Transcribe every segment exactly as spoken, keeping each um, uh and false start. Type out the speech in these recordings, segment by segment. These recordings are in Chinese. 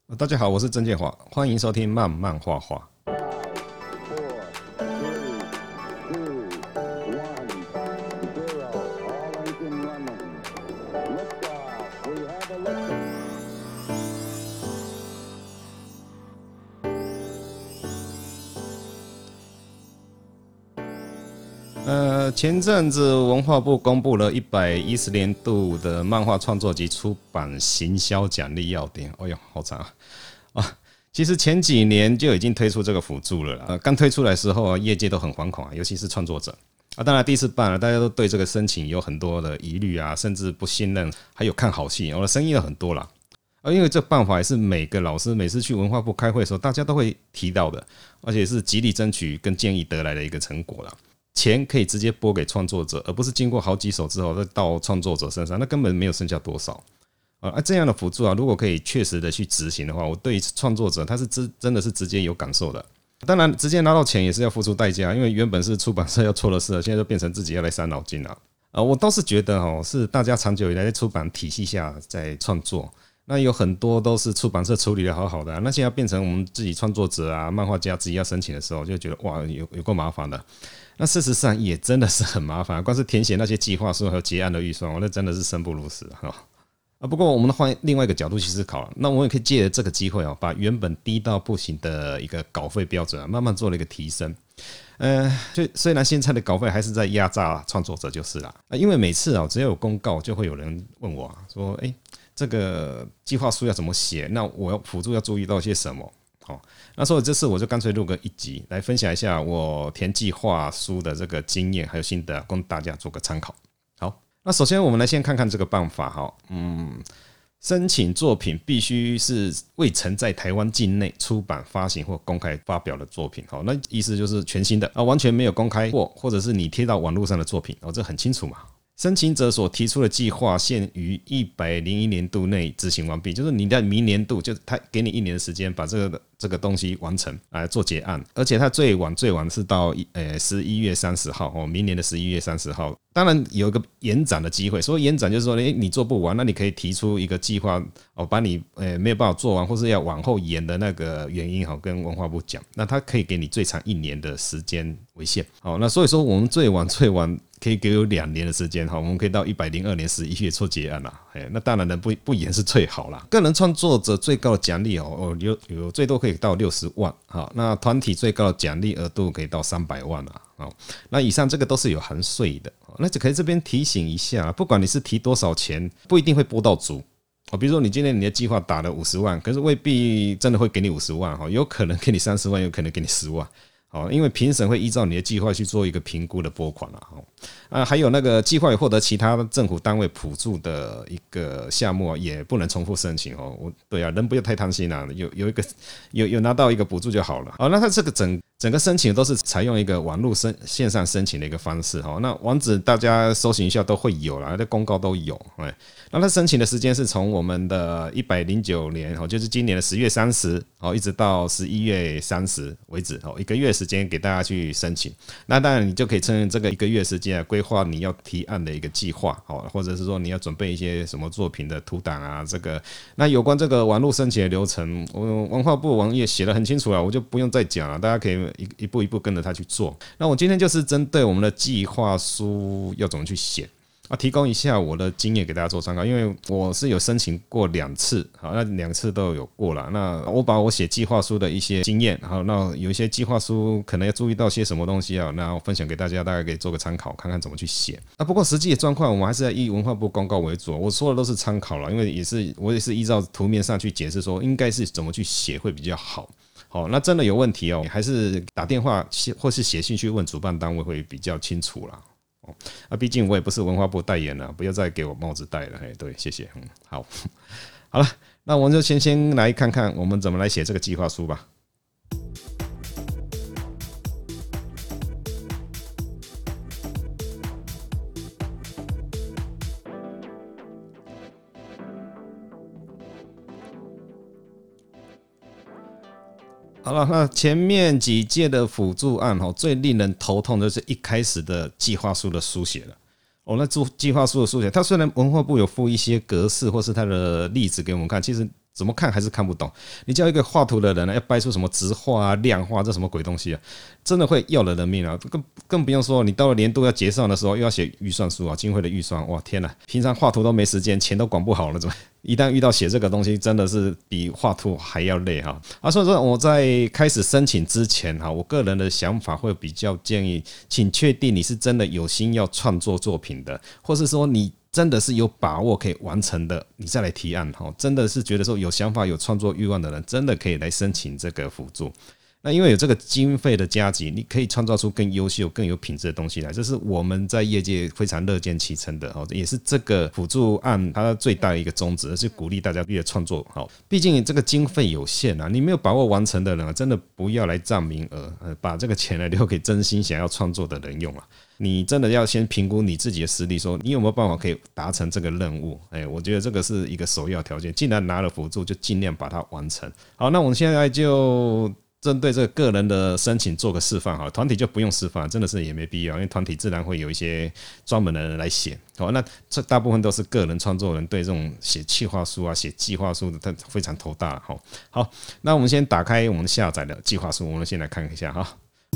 大家好，我是曾建华，欢迎收听慢慢画画。呃，前阵子文化部公布了一百一十年度的漫画创作及出版行销奖励要点。哎呦，好长啊！啊，其实前几年就已经推出这个辅助了啦。呃，刚推出来的时候啊，业界都很惶恐啊，尤其是创作者啊。当然第一次办了，大家都对这个申请有很多的疑虑啊，甚至不信任，还有看好戏，我的声音有很多啦。啊，因为这办法也是每个老师每次去文化部开会的时候，大家都会提到的，而且是极力争取跟建议得来的一个成果啦。钱可以直接拨给创作者，而不是经过好几手之后再到创作者身上，那根本没有剩下多少啊！这样的辅助啊，如果可以确实的去执行的话，我对于创作者他是真的是直接有感受的。当然，直接拿到钱也是要付出代价，因为原本是出版社要做的事，现在就变成自己要来伤脑筋了。啊，我倒是觉得哦，是大家长久以来在出版体系下在创作，那有很多都是出版社处理的好好的、啊，那现在变成我们自己创作者啊、漫画家自己要申请的时候，就觉得哇，有有够麻烦的。那事实上也真的是很麻烦，光是填写那些计划书和结案的预算，那真的是生不如死啊！不过我们换另外一个角度去思考，那我也可以借着这个机会把原本低到不行的一个稿费标准慢慢做了一个提升。呃，就虽然现在的稿费还是在压榨创作者就是啦，因为每次啊只要有公告，就会有人问我说，哎，这个计划书要怎么写？那我要辅助要注意到些什么？好，那所以这次我就干脆录个一集来分享一下我填计划书的这个经验还有心得，供大家做个参考。好，那首先我们来先看看这个办法哈，嗯，申请作品必须是未曾在台湾境内出版、发行或公开发表的作品，好，那意思就是全新的啊，完全没有公开过，或者是你贴到网络上的作品，哦，这很清楚嘛。申请者所提出的计划限于一百零一年度内执行完毕，就是你在明年度，就是他给你一年的时间把这个这个东西完成来做结案，而且他最晚最晚是到呃十一月三十号哦，明年的十一月三十号。当然有一个延展的机会，所以延展就是说，欸，你做不完，那你可以提出一个计划哦，把你呃没有办法做完或是要往后延的那个原因哦，跟文化部讲，那他可以给你最长一年的时间为限。好，那所以说我们最晚最晚可以给我两年的时间，我们可以到一百零二年十一月做结案啦。那当然呢，不不延是最好啦。个人创作者最高的奖励哦，有有最多可以到六十万，好，那团体最高的奖励额度可以到三百万啦。好，那以上这个都是有含税的。那就可以这边提醒一下，不管你是提多少钱，不一定会拨到足。比如说你今天你的计划打了五十万，可是未必真的会给你五十万，有可能给你三十万，有可能给你十万。好，因为评审会依照你的计划去做一个评估的拨款啦。啊，还有那个计划也获得其他政府单位补助的一个项目也不能重复申请哦。对啊，人不要太贪心啦，有有一个有有拿到一个补助就好了。好，那它这个整整个申请都是采用一个网络申线上申请的一个方式哈。那网址大家搜寻一下都会有啦，这公告都有。哎，那它申请的时间是从我们的一百零九年哦，就是今年的十月三十哦，一直到十一月三十为止哦，一个月时间给大家去申请。那当然你就可以趁这个一个月时间规划你要提案的一个计划，或者是说你要准备一些什么作品的图档啊，这个那有关这个网络申请的流程，文化部网页写得很清楚了，我就不用再讲了，大家可以一步一步跟着他去做。那我今天就是针对我们的计划书要怎么去写啊，提供一下我的经验给大家做参考，因为我是有申请过两次，好，那两次都有过了。那我把我写计划书的一些经验，好，那有一些计划书可能要注意到些什么东西啊，那我分享给大家，大概可以做个参考，看看怎么去写。那不过实际的状况，我们还是在以文化部公告为主，我说的都是参考了，因为也是我也是依照图面上去解释说，应该是怎么去写会比较好。好，那真的有问题哦，还是打电话或是写信去问主办单位会比较清楚啦。啊，毕竟我也不是文化部代言了，不要再给我帽子戴了。对，谢谢。嗯，好，好了，那我们就先先来看看我们怎么来写这个计划书吧。好了，那前面几届的辅助案最令人头痛的就是一开始的计划书的书写了。哦，那计划书的书写，它虽然文化部有附一些格式或是它的例子给我们看，其实怎么看还是看不懂。你叫一个画图的人要掰出什么直画啊、量化，这什么鬼东西啊？真的会要了人命啊！更更不用说，你到了年度要结算的时候，又要写预算书啊，经费的预算，哇天哪！平常画图都没时间，钱都管不好了，怎么一旦遇到写这个东西，真的是比画图还要累哈！啊，所以说我在开始申请之前哈，我个人的想法会比较建议，请确定你是真的有心要创作作品的，或是说你真的是有把握可以完成的，你再来提案哈。真的是觉得说有想法、有创作欲望的人，真的可以来申请这个辅助。那因为有这个经费的加急，你可以创造出更优秀、更有品质的东西来，这是我们在业界非常乐见其成的哦，也是这个辅助案它最大的一个宗旨，是鼓励大家越创作好。毕竟这个经费有限啊，你没有把握完成的人，真的不要来占名额，把这个钱来留给真心想要创作的人用啊。你真的要先评估你自己的实力，说你有没有办法可以达成这个任务？哎，我觉得这个是一个首要条件。既然拿了辅助，就尽量把它完成。好，那我们现在就针对这个个人的申请做个示范哈，团体就不用示范，真的是也没必要，因为团体自然会有一些专门的人来写。好，那这大部分都是个人创作人，对这种写企划书啊、写计划书的，他非常头大。好，好，那我们先打开我们下载的计划书，我们先来看一下哈。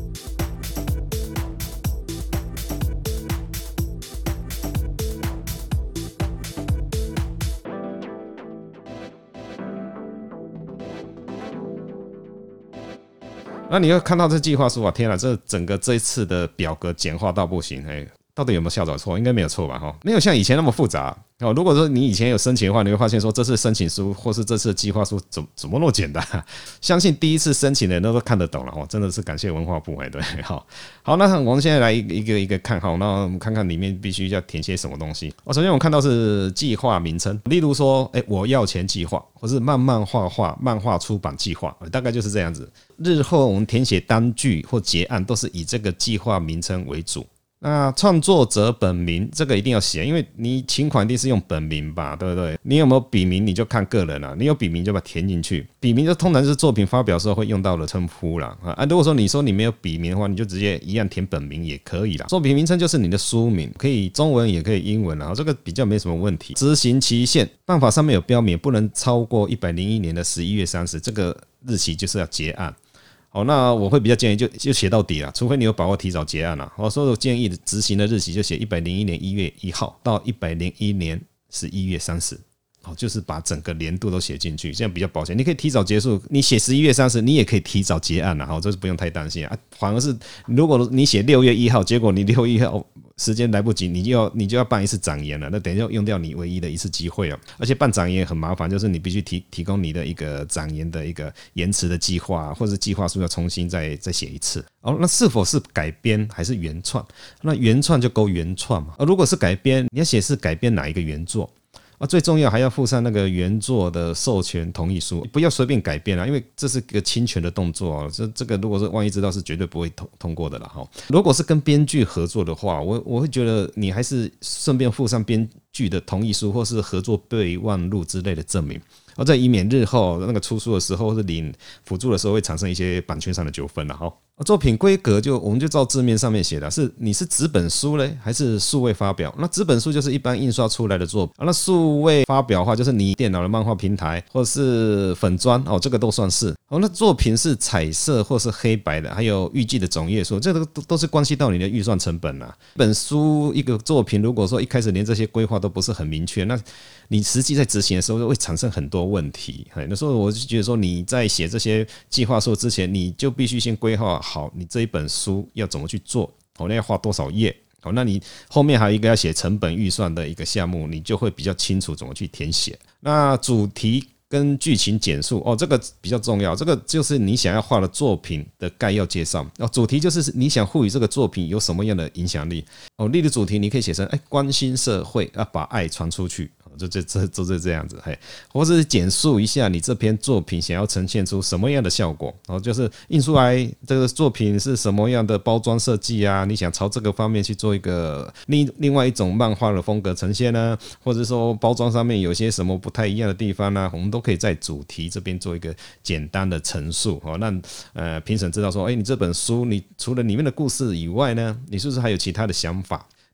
那你要看到这计划书啊，天啊，这整个这一次的表格简化到不行，哎，到底有没有下载错？应该没有错吧？哈，没有像以前那么复杂。哦，如果说你以前有申请的话，你会发现说这次申请书或是这次的计划书怎怎么那么简单、啊？相信第一次申请的人都看得懂了。哦，真的是感谢文化部哎，对，好，好，那我们现在来一个一个一个看哈，那我们看看里面必须要填些什么东西。哦，首先我看到是计划名称，例如说，哎，我要钱计划，或是慢慢画画、漫画出版计划，大概就是这样子。日后我们填写单据或结案都是以这个计划名称为主。那创作者本名这个一定要写，因为你请款一定是用本名吧，对不对？你有没有笔名你就看个人啦、啊，你有笔名就把它填进去。笔名就通常是作品发表的时候会用到的称呼啦啊。如果说你说你没有笔名的话，你就直接一样填本名也可以啦。作品名称就是你的书名，可以中文也可以英文啦，这个比较没什么问题。执行期限办法上面有标明，不能超过一百零一年的十一月三十，这个日期就是要结案。好，那我会比较建议就就写到底啦，除非你有把握提早结案啦。我说我建议执行的日期就写一百零一年一月一号到一百零一年十一月三十。好，就是把整个年度都写进去，这样比较保险。你可以提早结束，你写十一月三十，你也可以提早结案啦。好，这是不用太担心啊。反而是如果你写六月一号，结果你六月一号时间来不及，你就要你就要办一次展言了，那等于要用掉你唯一的一次机会了。而且办展言很麻烦，就是你必须提提供你的一个展言的一个延迟的计划，或者是计划书要重新再再写一次。哦，那是否是改编还是原创？那原创就勾原创嘛。如果是改编，你要写是改编哪一个原作？啊，最重要还要附上那个原作的授权同意书，不要随便改编啦，因为这是个侵权的动作哦。这这个如果是万一知道是绝对不会通通过的啦哈。如果是跟编剧合作的话，我我会觉得你还是顺便附上编剧的同意书，或是合作备忘录之类的证明。哦，这以免日后那个出书的时候或是领辅助的时候会产生一些版权上的纠纷了哈。作品规格就我们就照字面上面写的，是你是纸本书嘞，还是数位发表？那纸本书就是一般印刷出来的作品，那数位发表的话，就是你电脑的漫画平台或是粉专哦，这个都算是。哦，那作品是彩色或是黑白的，还有预计的总页数，这个都都是关系到你的预算成本啦。一本书一个作品，如果说一开始连这些规划都不是很明确，那你实际在执行的时候会产生很多问题。那时候我就觉得说，你在写这些计划书之前，你就必须先规划好你这一本书要怎么去做，那要花多少页，那你后面还有一个要写成本预算的一个项目，你就会比较清楚怎么去填写。那主题跟剧情简述哦，这个比较重要，这个就是你想要画的作品的概要介绍哦。主题就是你想赋予这个作品有什么样的影响力哦。例如主题你可以写成哎，关心社会，要把爱传出去。就这这都是这样子，嘿，或者是简述一下你这篇作品想要呈现出什么样的效果，然后就是印出来这个作品是什么样的包装设计啊？你想朝这个方面去做一个另另外一种漫画的风格呈现呢，或者说包装上面有些什么不太一样的地方呢？我们都可以在主题这边做一个简单的陈述，哦，让呃评审知道说，哎，你这本书你除了里面的故事以外呢，你是不是还有其他的想法？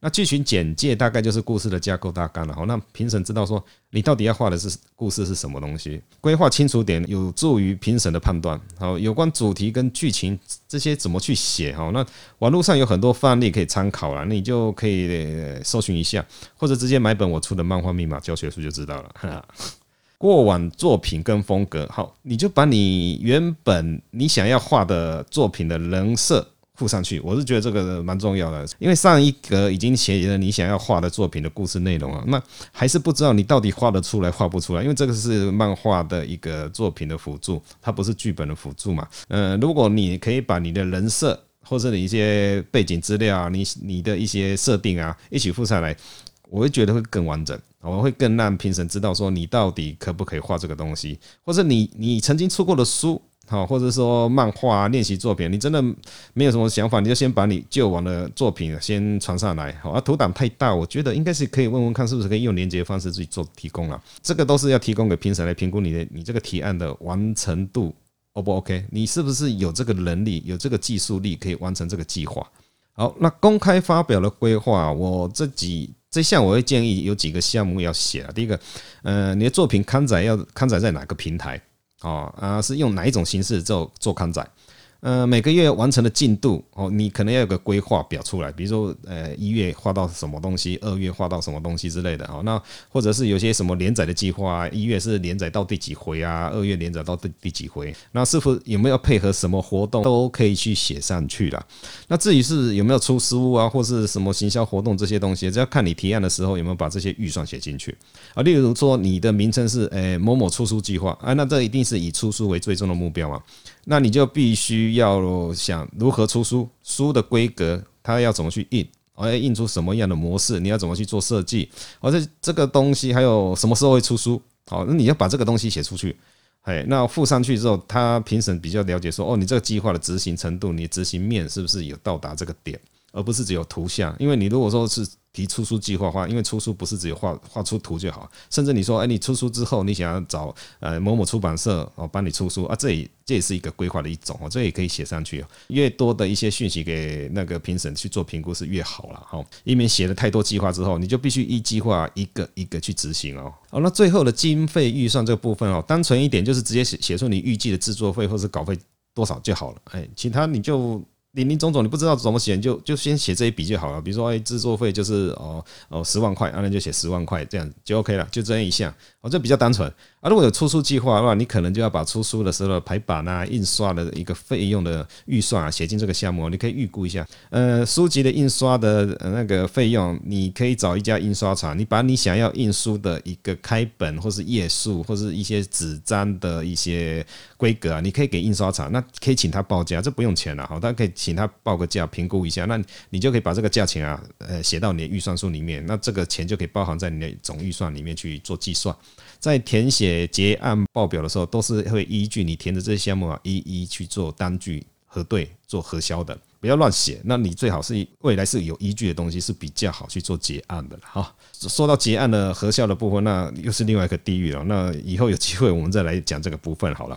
那剧情简介大概就是故事的架构大纲了，好，那评审知道说你到底要画的是故事是什么东西，规划清楚点，有助于评审的判断。好，有关主题跟剧情这些怎么去写，好，那网络上有很多范例可以参考啦，你就可以搜寻一下，或者直接买本我出的漫画密码教学书就知道了。过往作品跟风格，好，你就把你原本你想要画的作品的人设附上去，我是觉得这个蛮重要的，因为上一格已经写了你想要画的作品的故事内容啊，那还是不知道你到底画得出来画不出来，因为这个是漫画的一个作品的辅助，它不是剧本的辅助嘛。呃，如果你可以把你的人设或者你一些背景资料啊，你你的一些设定啊一起附上来，我会觉得会更完整，我会更让评审知道说你到底可不可以画这个东西，或者你你曾经出过的书。好，或者说漫画练习作品，你真的没有什么想法，你就先把你旧往的作品先传上来。好，啊，图档太大，我觉得应该是可以问问看，是不是可以用连结的方式去做提供了。这个都是要提供给评审来评估你的你这个提案的完成度 O 不 OK？ 你是不是有这个能力、有这个技术力可以完成这个计划？好，那公开发表的规划，我这几这项我会建议有几个项目要写啊。第一个，呃，你的作品刊载要刊载在哪个平台？哦啊，是用哪一种形式做做刊载？呃，每个月完成的进度哦，你可能要有个规划表出来，比如说呃一月画到什么东西，二月画到什么东西之类的。好，那或者是有些什么连载的计划，一月是连载到第几回啊，二月连载到第第几回，那是否有没有配合什么活动，都可以去写上去啦。那至于是有没有出书啊，或是什么行销活动这些东西，只要看你提案的时候有没有把这些预算写进去啊。例如说你的名称是诶某某出书计划啊，那这一定是以出书为最终的目标嘛。那你就必须要想如何出书，书的规格，它要怎么去印，要印出什么样的模式，你要怎么去做设计，而且这个东西还有什么时候会出书，好，那你要把这个东西写出去，哎，那附上去之后，他评审比较了解说，哦，你这个计划的执行程度，你执行面是不是有到达这个点，而不是只有图像，因为你如果说是提出书计划的话，因为出书不是只有画画出图就好，甚至你说，哎，你出书之后，你想要找呃某某出版社哦帮你出书啊，这也这也是一个规划的一种哦，这也可以写上去。越多的一些讯息给那个评审去做评估是越好了哈，以免写了太多计划之后，你就必须依计划一个一个去执行哦。好，那最后的经费预算这个部分哦，单纯一点就是直接写出你预计的制作费或是稿费多少就好了，哎，其他你就。林林总总你不知道怎么写，就就先写这一笔就好了。比如说，哎，制作费就是哦哦十万块，那就写十万块，这样就 OK 了，就这样一项，哦，这比较单纯。啊，如果有出书计划的话，你可能就要把出书的时候的排版啊、印刷的一个费用的预算啊写进这个项目，你可以预估一下。呃，书籍的印刷的那个费用，你可以找一家印刷厂，你把你想要印书的一个开本或是页数或是一些纸张的一些规格啊，你可以给印刷厂，那可以请他报价，这不用钱了，好，他可以请他报个价，评估一下，那你就可以把这个价钱啊，呃，写到你的预算书里面，那这个钱就可以包含在你的总预算里面去做计算，在填写结案报表的时候，都是会依据你填的这些项目啊，一一去做单据核对、做核销的，不要乱写。那你最好是未来是有依据的东西，是比较好去做结案的哈。说到结案的核销的部分，那又是另外一个地狱了。那以后有机会我们再来讲这个部分好了。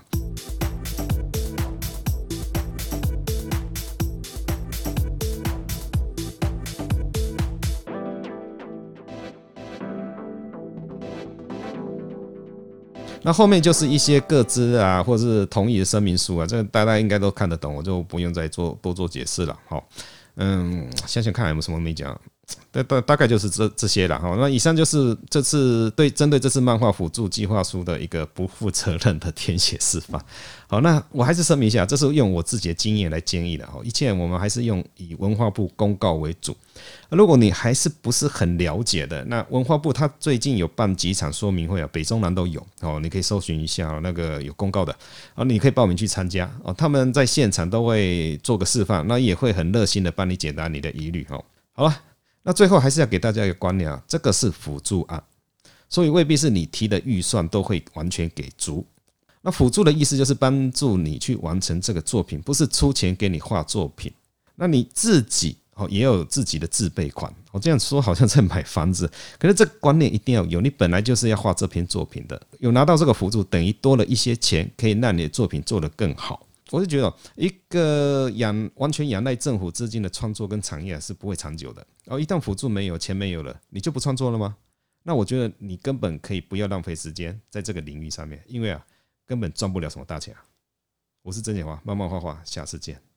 那后面就是一些个资啊，或者是同意的声明书啊，这个大家应该都看得懂，我就不用再做多做解释了。好，嗯，想想看有没有什么没讲。大大大概就是这这些了哈。那以上就是这次对针对这次漫画辅助计划书的一个不负责任的填写示范。好，那我还是声明一下，这是用我自己的经验来建议的哈。一切我们还是用以文化部公告为主。如果你还是不是很了解的，那文化部它最近有办几场说明会啊，北中南都有哦，你可以搜寻一下那个有公告的啊，你可以报名去参加哦。他们在现场都会做个示范，那也会很热心的帮你解答你的疑虑哦。好了。那最后还是要给大家一个观念啊，这个是辅助案，所以未必是你提的预算都会完全给足。那辅助的意思就是帮助你去完成这个作品，不是出钱给你画作品。那你自己也有自己的自备款，我这样说好像在买房子，可是这个观念一定要有，你本来就是要画这篇作品的，有拿到这个辅助，等于多了一些钱，可以让你的作品做得更好。 我是觉得一个仰完全仰赖政府资金的创作跟产业是不会长久的。然后一旦辅助没有，钱没有了，你就不创作了吗？那我觉得你根本可以不要浪费时间在这个领域上面，因为啊，根本赚不了什么大钱啊。我是曾建华，慢慢画画，下次见。